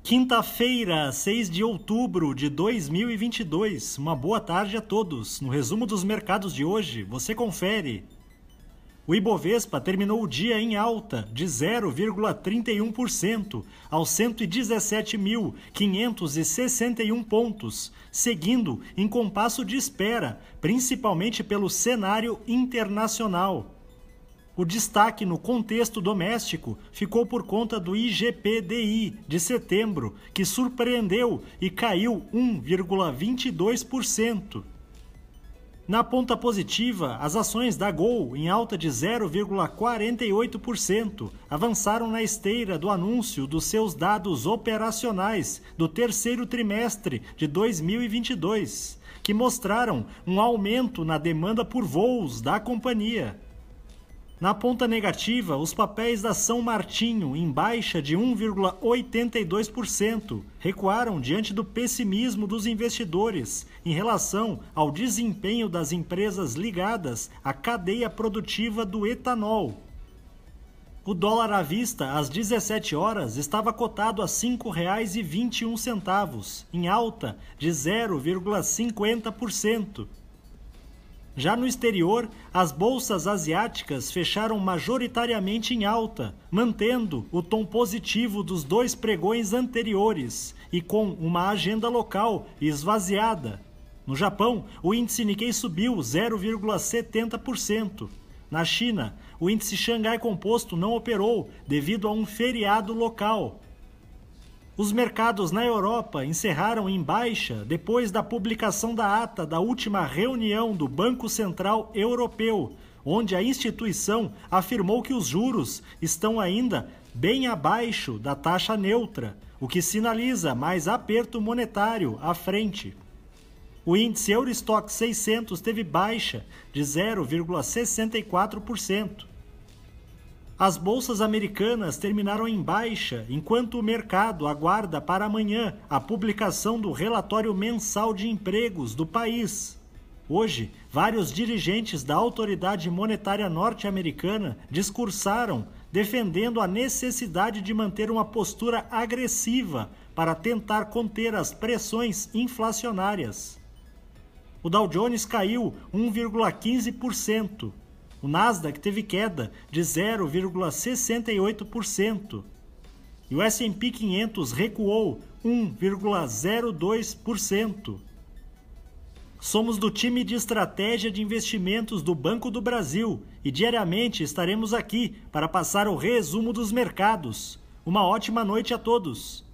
Quinta-feira, 6 de outubro de 2022. Uma boa tarde a todos. No resumo dos mercados de hoje, você confere. O Ibovespa terminou o dia em alta de 0,31% aos 117.561 pontos, seguindo em compasso de espera, principalmente pelo cenário internacional. O destaque no contexto doméstico ficou por conta do IGPDI de setembro, que surpreendeu e caiu 1,22%. Na ponta positiva, as ações da Gol, em alta de 0,48%, avançaram na esteira do anúncio dos seus dados operacionais do terceiro trimestre de 2022, que mostraram um aumento na demanda por voos da companhia. Na ponta negativa, os papéis da São Martinho, em baixa de 1,82%, recuaram diante do pessimismo dos investidores em relação ao desempenho das empresas ligadas à cadeia produtiva do etanol. O dólar à vista, às 17 horas, estava cotado a R$ 5,21, em alta de 0,50%. Já no exterior, as bolsas asiáticas fecharam majoritariamente em alta, mantendo o tom positivo dos dois pregões anteriores e com uma agenda local esvaziada. No Japão, o índice Nikkei subiu 0,70%. Na China, o índice Xangai Composto não operou devido a um feriado local. Os mercados na Europa encerraram em baixa depois da publicação da ata da última reunião do Banco Central Europeu, onde a instituição afirmou que os juros estão ainda bem abaixo da taxa neutra, o que sinaliza mais aperto monetário à frente. O índice Eurostoxx 600 teve baixa de 0,64%. As bolsas americanas terminaram em baixa, enquanto o mercado aguarda para amanhã a publicação do relatório mensal de empregos do país. Hoje, vários dirigentes da autoridade monetária norte-americana discursaram defendendo a necessidade de manter uma postura agressiva para tentar conter as pressões inflacionárias. O Dow Jones caiu 1,15%. O Nasdaq teve queda de 0,68% e o S&P 500 recuou 1,02%. Somos do time de estratégia de investimentos do Banco do Brasil e diariamente estaremos aqui para passar o resumo dos mercados. Uma ótima noite a todos!